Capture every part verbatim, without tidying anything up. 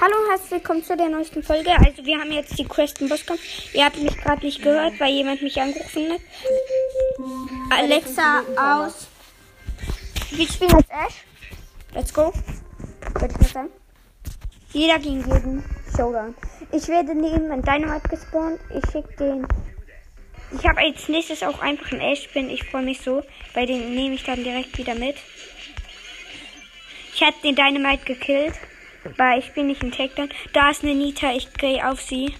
Hallo und herzlich willkommen zu der neuesten Folge. Also wir haben jetzt die Quest im Bosskampf. Ihr habt mich gerade nicht gehört, weil jemand mich angerufen hat. Alexa aus. Wir spielen jetzt Ash. Let's go. Würde ich mal sagen. Jeder gegen jeden Showdown. Ich werde neben ein Dynamite gespawnt. Ich schicke den. Ich habe als nächstes auch einfach einen Ash-Spin. Ich freue mich so. Bei den nehme ich dann direkt wieder mit. Ich habe den Dynamite gekillt. Weil ich bin nicht im Takedown. Da ist eine Nita. Ich gehe auf sie.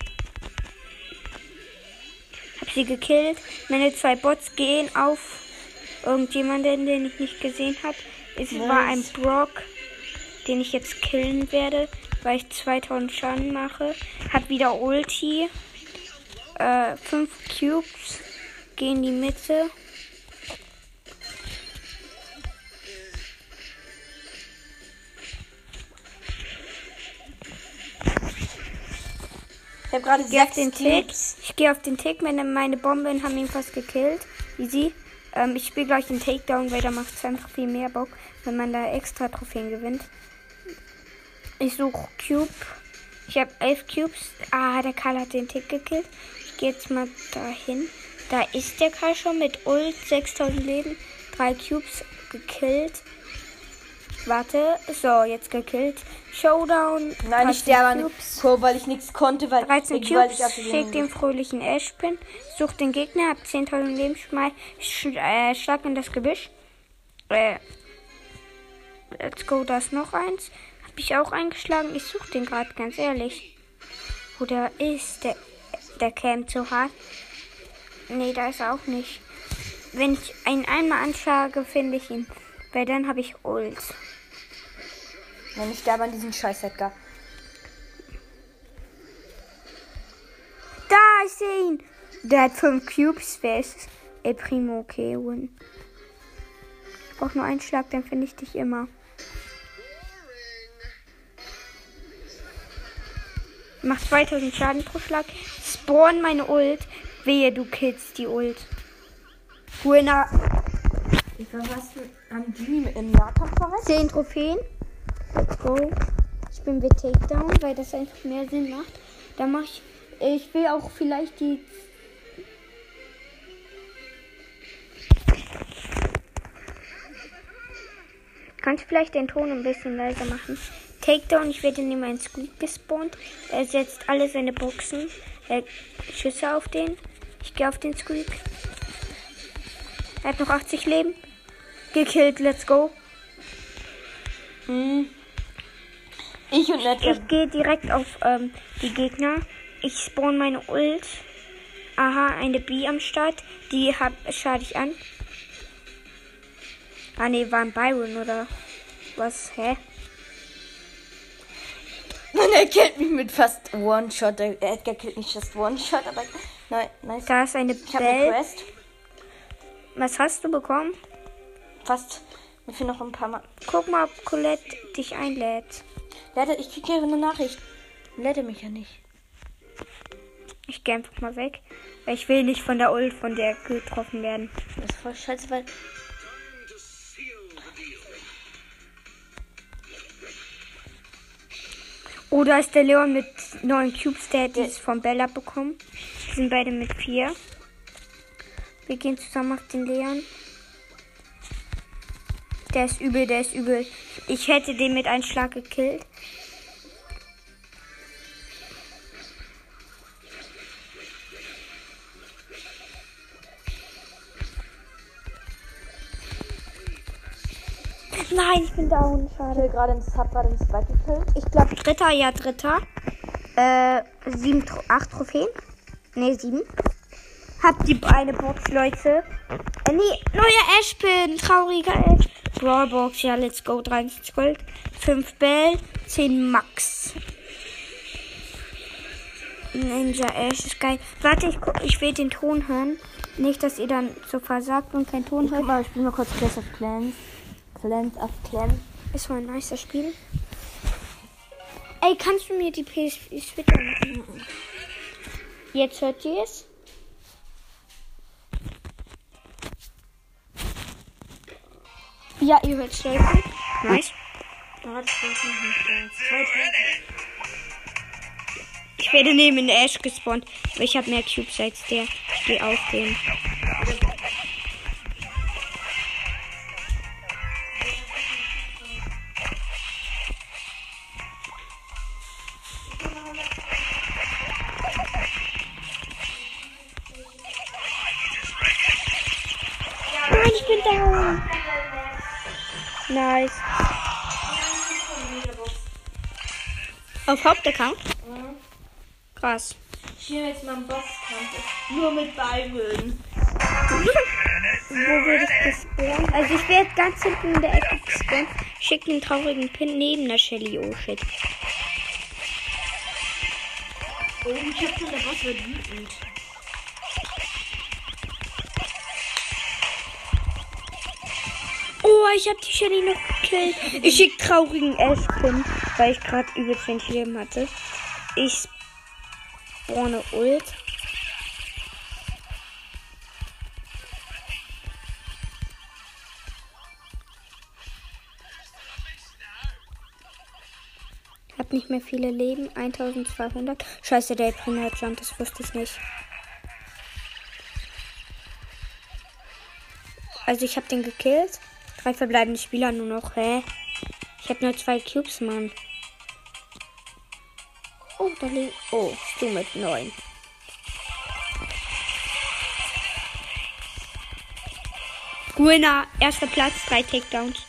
Hab sie gekillt. Meine zwei Bots gehen auf irgendjemanden, den ich nicht gesehen habe. Es nice. War ein Brock, den ich jetzt killen werde, weil ich zweitausend Schaden mache. Hab wieder Ulti. Äh, fünf Cubes. Gehen in die Mitte. Ich habe gerade gesagt, den Tick. Ich gehe auf den Tick. Meine, meine Bomben haben ihn fast gekillt. Easy. Ähm, ich spiele gleich den Takedown, weil da macht es einfach viel mehr Bock, wenn man da extra Trophäen gewinnt. Ich suche Cube. Ich habe elf Cubes. Ah, der Karl hat den Tick gekillt. Ich gehe jetzt mal dahin. Da ist der Karl schon mit Ult. sechstausend Leben. Drei Cubes gekillt. Warte. So, jetzt gekillt. Showdown. Nein, ich sterbe nicht, weil ich nichts konnte, weil, dreizehn ich, Cubes, weil ich schick den fröhlichen Ash-Spin, such den Gegner, hab zehntausend Leben, schmeiß, sch äh, schlag in das Gebüsch. Äh, let's go, da ist noch eins. Hab ich auch eingeschlagen, ich such den gerade, ganz ehrlich. Wo der ist, der, der campt so hart. Nee, da ist er auch nicht. Wenn ich ihn einmal anschlage, finde ich ihn, weil dann habe ich Ult. Nein, ich sterbe an diesen scheiß Edgar. Da, ich sehe ihn. Der hat fünf Cubes. Wer ist es? El Primo, okay, win. Ich brauche nur einen Schlag, dann finde ich dich immer. Mach zweitausend Schaden pro Schlag. Spawn meine Ult. Wehe, du killst die Ult. Winner. Ich weiß, haben die im Nahkampf verreist? zehn Trophäen. Let's go. Ich bin mit Takedown, weil das einfach mehr Sinn macht. Da mache ich. Ich will auch vielleicht die. Kannst vielleicht den Ton ein bisschen leiser machen. Takedown, ich werde neben einen Squeak gespawnt. Er setzt alle seine Boxen. Er Schüsse auf den. Ich gehe auf den Squeak. Er hat noch achtzig Leben. Gekillt, let's go. Hm. Ich und Nette. Ich gehe direkt auf ähm, die Gegner. Ich spawn meine Ult. Aha, eine B am Start. Die hab, schade ich an. Ah ne, war ein Byron oder was? Hä? Und er killt mich mit fast One-Shot. Der Edgar killt mich fast One-Shot, aber nein, nice. Da ist eine Ich habe eine Quest. Was hast du bekommen? Fast. Mir fehlen noch ein paar Mal. Guck mal, ob Colette dich einlädt. Lade, ich kriege hier eine Nachricht. Lädt mich ja nicht. Ich gehe einfach mal weg. Weil ich will nicht von der Ult von der getroffen werden. Das ist voll scheiße, weil. Oh, da ist der Leon mit neun Cubes, der hat es von Bella bekommen. Wir sind beide mit vier. Wir gehen zusammen auf den Leon. Der ist übel, der ist übel. Ich hätte den mit einem Schlag gekillt. Nein, ich bin down. Schade. Ich gerade ins Hab gerade ins Spike gekillt. Ich glaube dritter, ja dritter. Äh, sieben, acht Trophäen. Ne, sieben. Hab die eine Box, Leute. Äh, nee, neuer Ash-Pin. Trauriger Ash. Brawlbox, ja, let's go. dreiundzwanzig Gold. fünf Bell. zehn Max. Ninja Ash ist geil. Warte, ich, ich will den Ton hören. Nicht, dass ihr dann so versagt und keinen Ton hört. Guck mal, ich spiele mal kurz Clash of Clans. Clans of Clans. Ist mal ein nicer Spiel. Ey, kannst du mir die P S Switch machen? Jetzt hört ihr es? Ja, ihr hört es. Nice. Warte. Ich werde neben den Ash gespawnt, aber ich habe mehr Cubes als der. Ich gehe auf den. Nein, ich bin down. Nice. Auf Hauptaccount? Mhm. Krass. Ich nehme jetzt mal einen Bosskampf. Nur mit Byron. Wo würde ich gespawnt? Also ich werde ganz hinten in der Ecke gespawnt. Schick einen traurigen Pin neben der Shelly. Oh shit. Oh, ich hab schon, der Boss wird wütend. Oh, ich habe die Shelly noch gekillt. Ich schick traurigen Ash-Pin, weil ich gerade über zwanzig Leben hatte. Ich spawne Ult. Hab nicht mehr viele Leben. eintausendzweihundert. Scheiße, der hat hundert Jump, das wusste ich nicht. Also ich habe den gekillt. Drei verbleibende Spieler nur noch. Hä? Ich habe nur zwei Cubes, Mann. Oh, da liegt... Oh, du mit neun. Winner. Erster Platz. Drei Takedowns.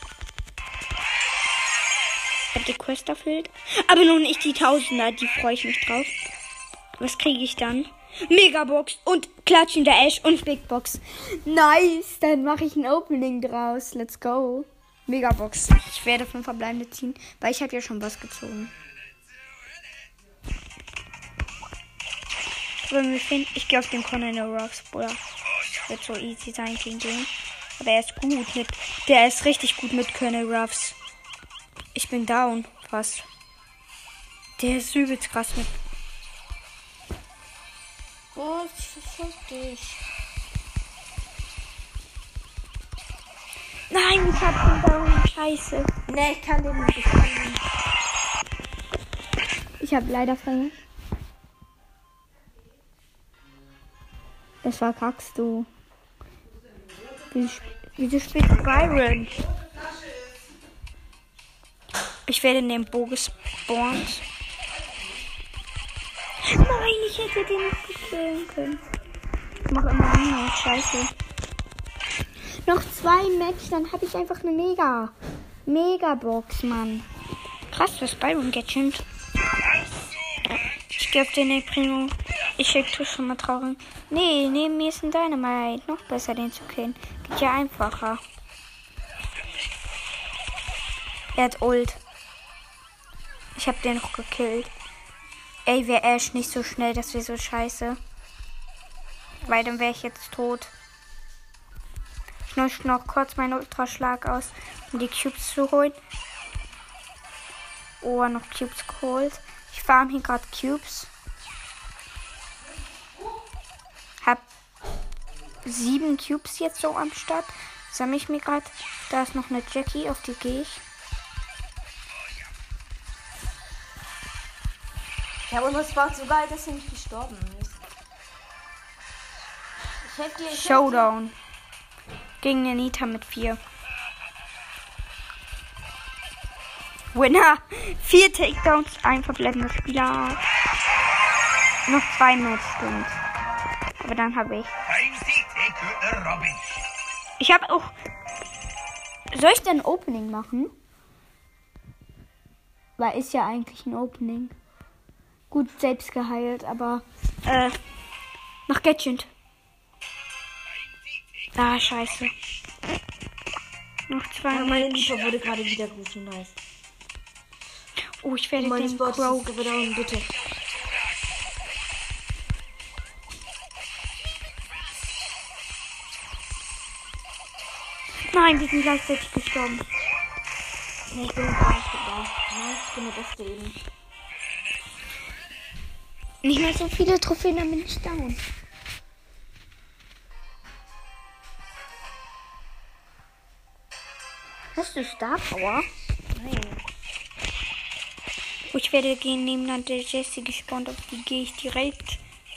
Ich habe die Quest erfüllt. Aber noch nicht die Tausender. Die freue ich mich drauf. Was kriege ich dann? Megabox und klatschender Ash und Big Box. Nice, dann mache ich ein Opening draus. Let's go. Megabox. Ich werde fünf verbleibende ziehen, weil ich habe ja schon was gezogen. Ich gehe auf den Colonel Rocks, Bruder. Wird so easy sein gegen den. Aber er ist gut mit. Der ist richtig gut mit Colonel Ruffs. Ich bin down fast. Der ist übelst krass mit. Oh, ich versuch dich. Nein, ich hab den down. Scheiße. Ne, ich kann den nicht. Ich, kann den nicht. Ich hab leider verloren. Das verkackst du. Wieso, wieso spielt Byron? Ich werde in den Bogen gespawnt. Nein, ich hätte den noch gekillen können. Ich mache immer noch Scheiße. Noch zwei Match, dann habe ich einfach eine Mega. Mega-Box, Mann. Krass, das Byron getchint. Ich gebe den Primo. Ich schicke schon mal traurig. Nee, neben mir ist ein Dynamite. Noch besser, den zu killen. Geht ja einfacher. Er hat Ult. Ich habe den noch gekillt. Ey, wäre Ash nicht so schnell, das wäre so scheiße. Weil dann wäre ich jetzt tot. Ich nutze noch kurz meinen Ultraschlag aus, um die Cubes zu holen. Oh, noch Cubes geholt. Ich farm hier gerade Cubes. Hab sieben Cubes jetzt so am Start. Sammle ich mir gerade. Da ist noch eine Jackie, auf die gehe ich. Ja, und es war so geil, dass er nicht gestorben ist. Ich hätte dir. Showdown. Gegen den Nita mit vier. Winner. Vier Takedowns, ein verbleibender Spieler. Noch zwei Matchstunde. Aber dann habe ich. Ich habe auch. Soll ich denn ein Opening machen? Weil ist ja eigentlich ein Opening. Gut, selbst geheilt, aber. Äh. Noch Gadget. Ah, scheiße. Noch zwei. Ja, meine Liefer wurde gerade wieder gerufen, nice. Oh, ich werde Meine den Sport Crow. down, bitte. Nein, wir sind gleichzeitig gestorben. Nee, ich bin nicht da. Ich bin der Beste eben. Nicht mehr so viele Trophäen, dann bin ich down. Hast du Star Power? Nein. Ich werde gehen nebenan der Jessie gespawnt, auf die gehe ich direkt.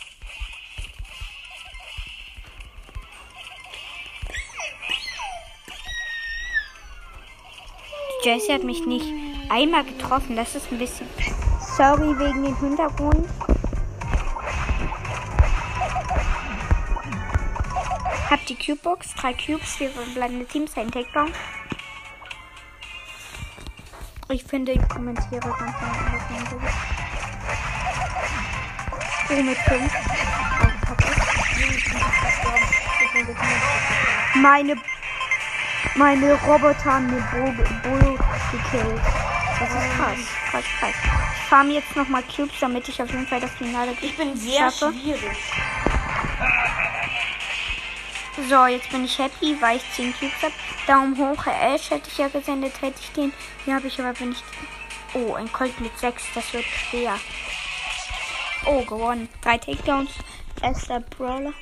Die Jessie hat mich nicht einmal getroffen, das ist ein bisschen... Sorry wegen dem Hintergrund. Hab die Cube-Box, drei Cubes, vier verbleibende Teams, ein Takedown. Ich finde, ich kommentiere ganz normal. Oh, mit fünf. Meine, meine Roboter haben den Bull gekillt. Das ist krass, krass, krass. Ich farm jetzt nochmal Cubes, damit ich auf jeden Fall das Finale Ich bin sehr schaffe. schwierig. So, jetzt bin ich happy, weil ich zehn Cubes habe. Daumen hoch, Herr Ash hätte ich ja gesendet, hätte ich den. Hier habe ich aber, wenn ich... Oh, ein Colt mit sechs, das wird schwer. Oh, gewonnen. Drei Takedowns. Erster Brawler.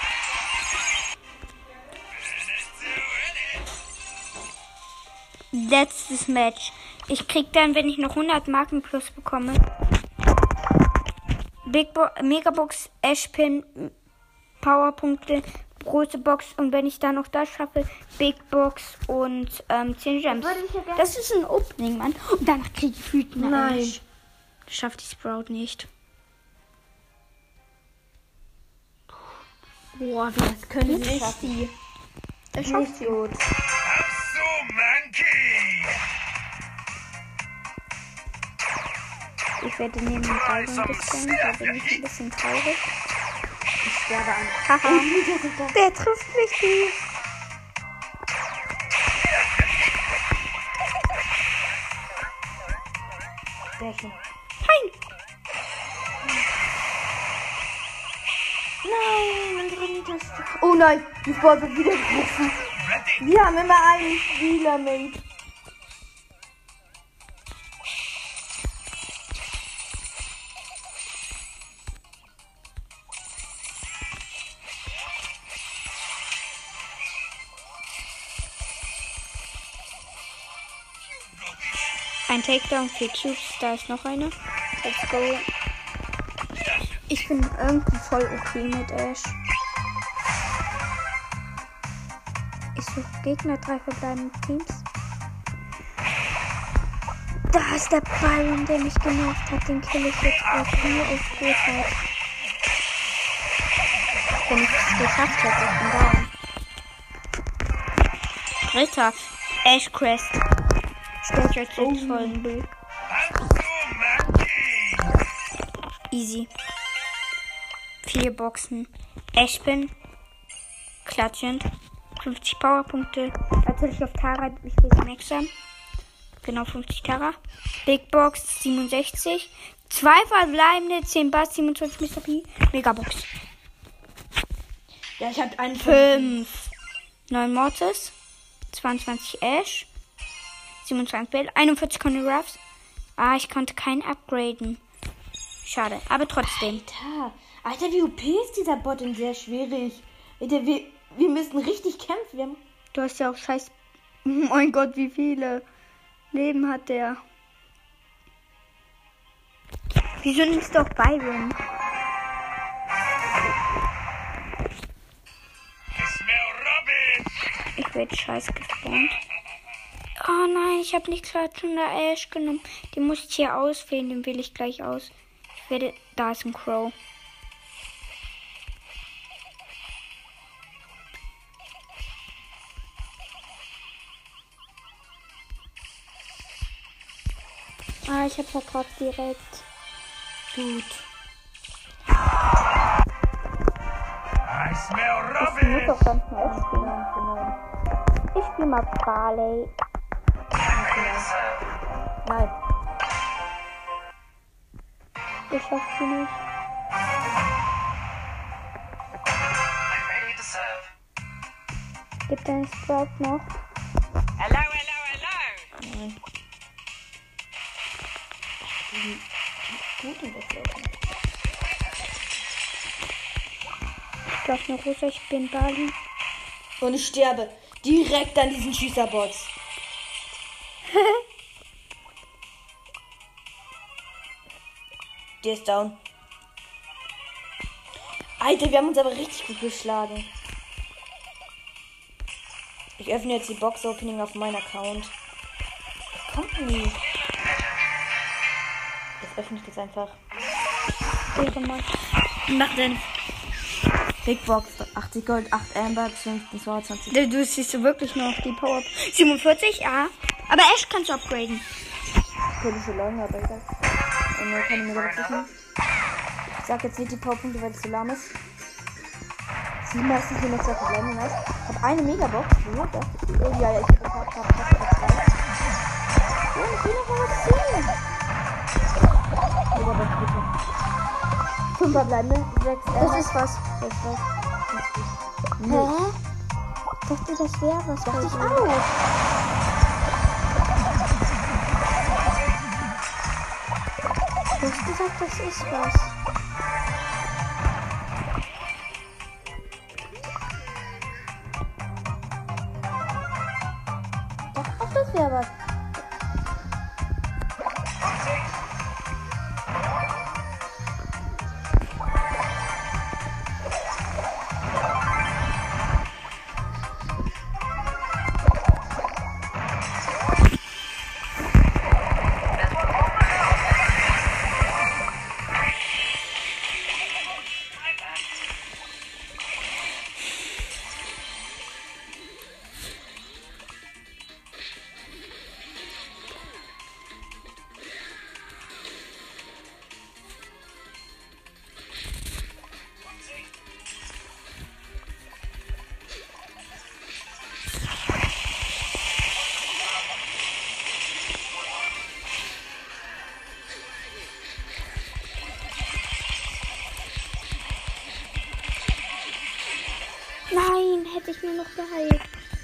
Letztes Match. Ich krieg dann, wenn ich noch hundert Marken plus bekomme, Big Bo Megabox, Ashpin, Powerpunkte, große Box und wenn ich dann noch das schaffe, Big Box und ähm, zehn Gems. Ja, das ist ein Opening, Mann. Und danach kriege ich wütend. Nein. Das schafft die Sprout nicht. Boah, das können sie schaffen. Das schafft sie. Gut. So, Monkey! Ich werde neben dem Ballon gesprungen, da bin ich ein bisschen traurig. Ich sterbe an. Haha, der trifft mich nicht. Sehr schön. Nein! Nein, unsere Taste. Oh nein, die Sport wird wieder getroffen. Wir haben immer einen Spieler-Mate. Ein Takedown, vier Cubes, da ist noch eine. Let's go. Ich bin irgendwie voll okay mit Ash. Ich suche Gegner, drei verbleibende Teams. Da ist der Ball, der mich genervt hat. Den kill ich jetzt auch nur auf Großheit. Wenn ich es geschafft hätte, ich bin down. Dritter. Ash Crest. Stellt euch jetzt vollen Bild. Easy. Vier Boxen. Ashpin. Klatschend. fünfzig Powerpunkte. Natürlich auf Tara. Ich will sie maxen. Genau fünfzig Tara. Big Box siebenundsechzig. Zwei verbleibende. zehn Bass. siebenundzwanzig Mister P. Megabox. Ja, ich hab einen fünf. neun Mortis. zweiundzwanzig Ash. siebenundzwanzig Bell. einundvierzig Conny Ruffs. Ah, ich konnte keinen upgraden. Schade, aber trotzdem. Alter, Alter, wie O P ist dieser Bot denn sehr schwierig. Alter, wir, wir müssen richtig kämpfen. Wir haben Du hast ja auch scheiß... Oh mein Gott, wie viele Leben hat der? Wieso nimmst du auch Byron? Ich werde scheiße gespawnt. Oh nein, ich habe nicht Klatschender Ash genommen. Den muss ich hier auswählen, den wähle ich gleich aus. Ich werde... Da ist ein Crow. Ah, ich habe verkauft direkt. Gut. I smell Ich muss rubbish! doch ganz mal spielen. Ich spiele mal Barley. Nein. Ich schaff sie nicht. I'm ready to serve. Gibt einen Sprout noch? Hello, hello, hello! Gut, und das läuft. Ich glaube eine Rosa, ich bin Bali. Und ich sterbe direkt an diesen Schießerbots. Der ist down. Alter, wir haben uns aber richtig gut geschlagen. Ich öffne jetzt die Box-Opening auf meinen Account. Das kommt nie. Das öffne ich jetzt einfach. Mach den. Big Box, achtzig Gold, acht Amber, fünfzehn, zweiundzwanzig. Du, du siehst du wirklich noch die Power. siebenundvierzig, ja. Aber Ash kannst du upgraden. Könnte so lange, aber egal. Und dann kann ich mir da wissen. Ich sag jetzt nicht die Powerpunkte, weil es so lahm ist. sieben meistens hier noch zwei Probleme, nice. Ich hab eine Megabox. Wo? Das? Oh, ja, ja, ich hab ein paar, paar, paar, paar, zwei. Oh, ich will noch mal was sehen. Megabox, bitte. Fünf verbleibende, sechs. Das ist was. Das ist was. Hä? Ich dachte, das wäre was. Dachte ich auch. Du hast gesagt, das ist was. Ach, das wäre was. Nein, hätte ich mir noch geheilt.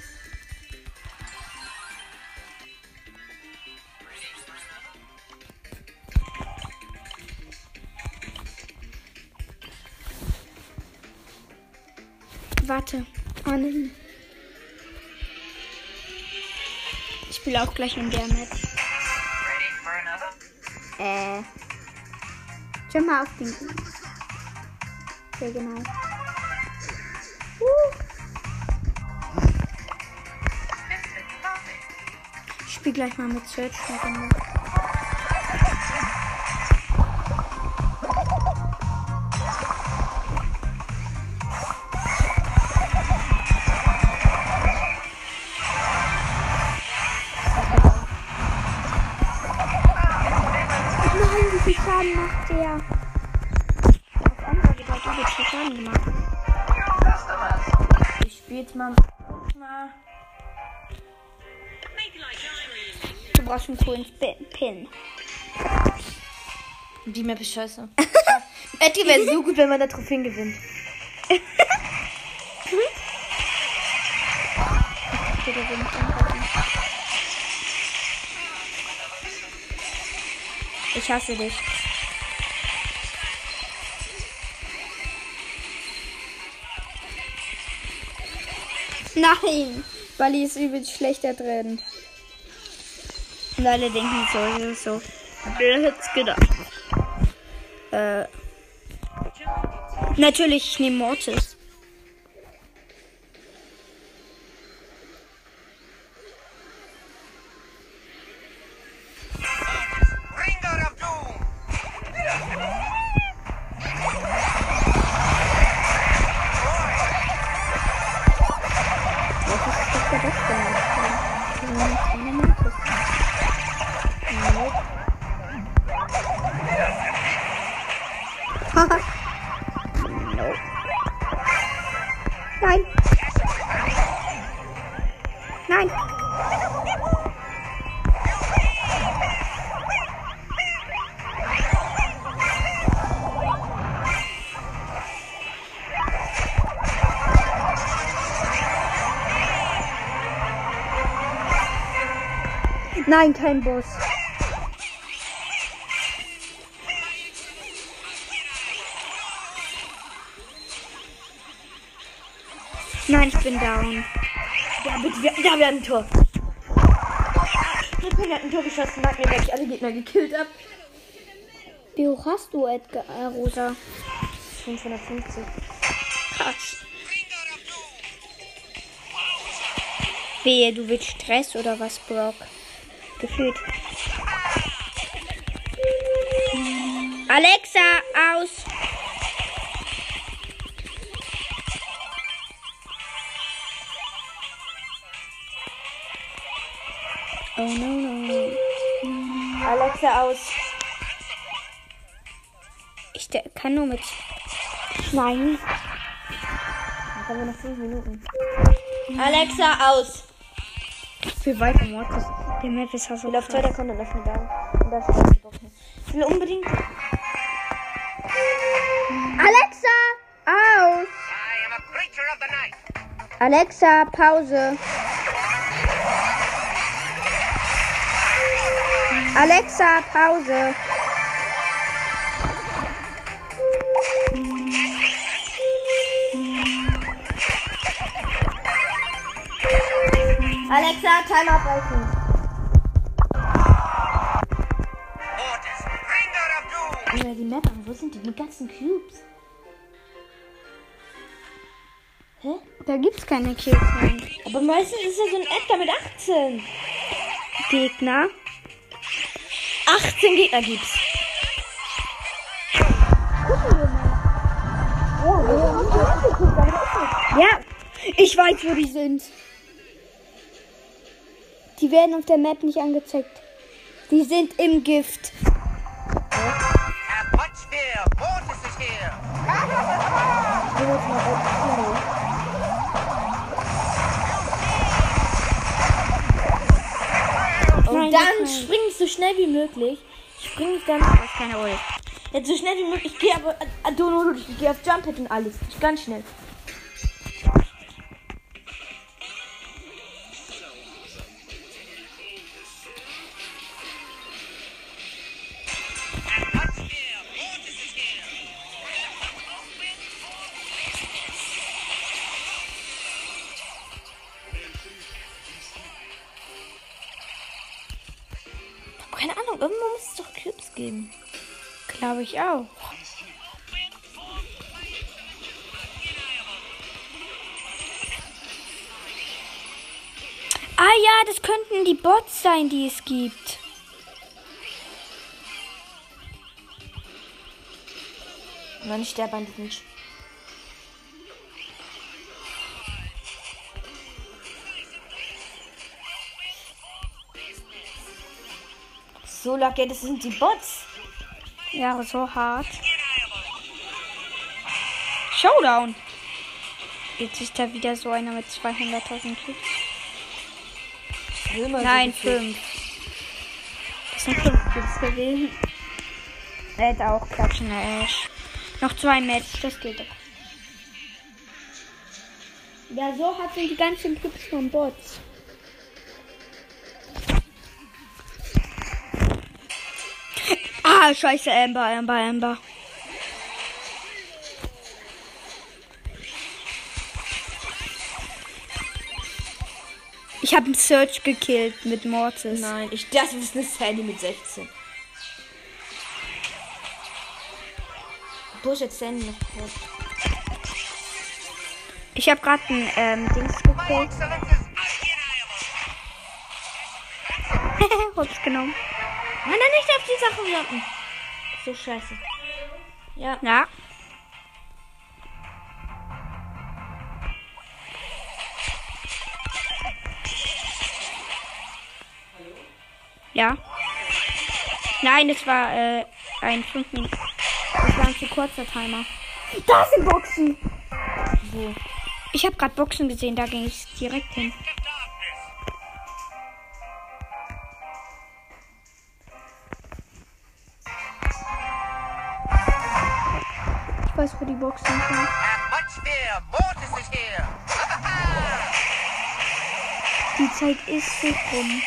Warte. Oh nein. Ich spiele auch gleich in der Map. Ready for another? Äh. Schau mal auf den. Ja, genau. Uh. Ich spiele gleich mal mit Search. Nein, wie viel Schaden macht der? Auf einmal wird er übel viel Schaden gemacht. Ich spiele jetzt mal. mal. Du brauchst einen coolen Spin Pin. Die Map ist scheiße. Etty wäre so gut, wenn man da Trophäen gewinnt. Ich hasse dich. Nein! Bali ist übelst schlecht da drin. Und alle denken so, das ist so. Wer hätt's gedacht? Äh. Natürlich, ich nehme Mortis. Ringer of Doom! Was ist das denn? Keine Mortis. Haha. No. Nein. Nein. Nein, kein Boss. Nein, ich bin down. Ja, bitte, wir, ja, wir hatten ein Tor. Der Peng hat ein Tor geschossen, hat mir wirklich alle Gegner gekillt ab. Wie hoch hast du, Edgar, äh, Rosa? fünfhundertfünfzig. Krass. Wehe, du willst Stress oder was, Brock? Gefühlt. Alexa, aus! Oh no, no. Alexa aus. Ich der, kann nur mit Schneiden. Dann haben wir noch fünf Minuten. Alexa aus. Für weiter Mortis. Der Map ist so. Ich will auf zweiter Content öffnen dann. Und dann starten die Boxen. Ich will unbedingt. Alexa, aus! I am a creature of the night. Alexa, Pause. Alexa, Pause. Alexa, Timer abbrechen. Mortis, bringer of doom. Ja, die Map, aber wo sind die mit ganzen Cubes? Hä? Da gibt's keine Cubes mehr. Aber meistens ist ja so ein Edgar mit achtzehn. Gegner. achtzehn Gegner gibt's. Ja, ich weiß, wo die sind. Die werden auf der Map nicht angezeigt. Die sind im Gift. Have much fear. Mortis is here. Und Nein, dann das kann- springe ich so schnell wie möglich. Springe ich dann. Das ist keine Ult. Jetzt so schnell wie möglich. Ich gehe aber. Äh, äh, ich gehe auf Jump-Hit und alles. Ich ganz schnell. Have much fear. Mortis is here. Keine Ahnung, irgendwo muss es doch Cubes geben. Glaube ich auch. Ah ja, das könnten die Bots sein, die es gibt. Nein, ich sterbe an diesem. So, Lucky, das sind die Bots. Ja, so hart. Showdown. Jetzt ist da wieder so einer mit zweihunderttausend Cubes. Nein, fünf. Das sind fünf Cubes gewesen. Er hätte auch klatschen, Ash. Noch zwei Match, das geht doch. Ja, so hat sind die ganzen Cubes von Bots. Ah, scheiße, Amber, Amber, Amber. Ich habe einen Search gekillt mit Mortis. Nein, ich das ist eine Sandy mit sechzehn. Wo ist jetzt Sandy noch kurz? Ich habe gerade ein ähm, Dings My gekillt. excellence is undeniable. Hab's genommen. Nein, nein, nicht auf die Sachen jumpen. So scheiße. Ja. Ja. Ja. Nein, das war äh, ein fünf Minuten. Das war ein zu kurzer Timer. Da sind Boxen. Wo? Ich habe gerade Boxen gesehen, da ging ich direkt hin. Ich weiß, wo die Boxen sind. Have much fear. Mortis is here. Die Zeit ist so rum.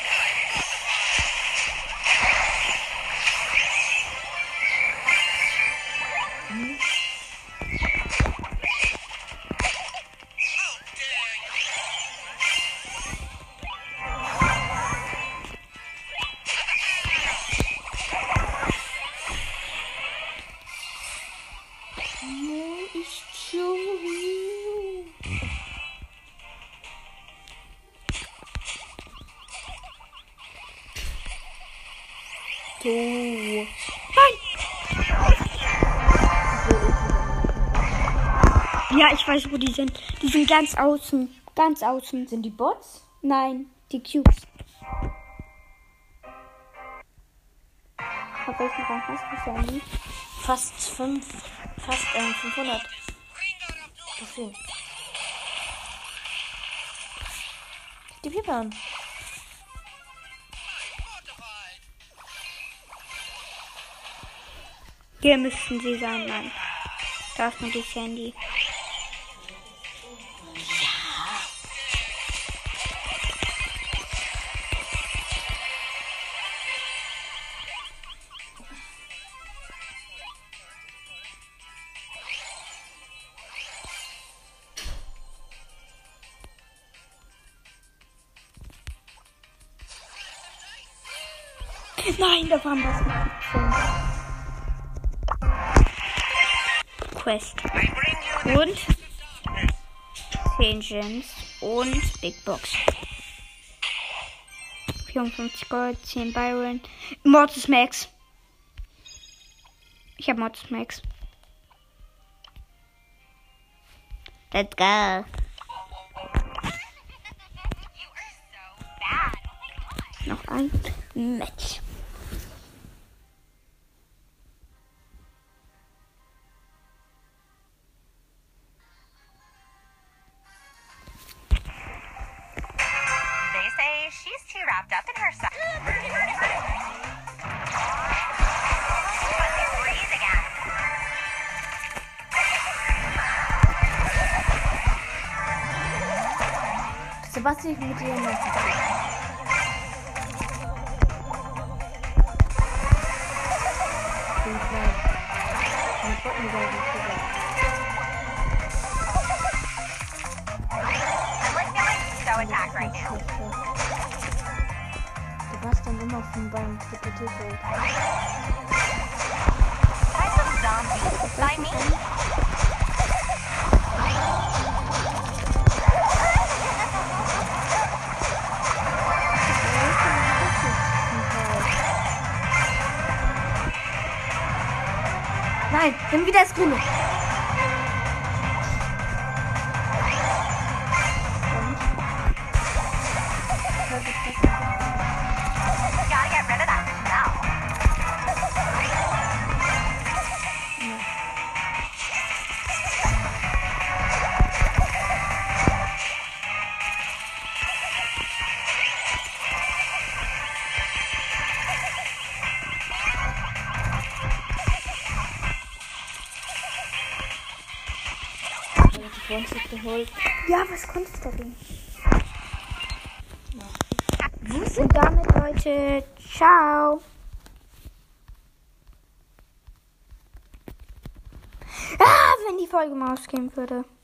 So. Ja, ich weiß, wo die sind. Die sind ganz außen. Ganz außen. Sind die Bots? Nein, die Cubes. Auf welchen Rang hast du, Sandy? Fast fünf. Fast ähm, fünfhundert. Okay. Die Piepern. Hier müssten sie sein, Mann. Da ist nur die Sandy. Nein, da waren was mit Quest. Und zehn Gems und Big Box. vierundfünfzig Gold, zehn Byron. Mortis Max. Ich hab Mortis Max. Let's go. Noch ein Match. They say she's too wrapped up in herself. But they freeze again. Sebastian, ich mit dir noch. I'm like feeling so attacked right now. Du warst dann immer von beim Triple-T-Feld. Why some zombies by me? Nein, nimm wieder das Grüne. Gotta get rid of that smell. Geholt. Ja, was konntest du denn? Und damit, Leute, ciao. Ah, wenn die Folge mal ausgehen würde.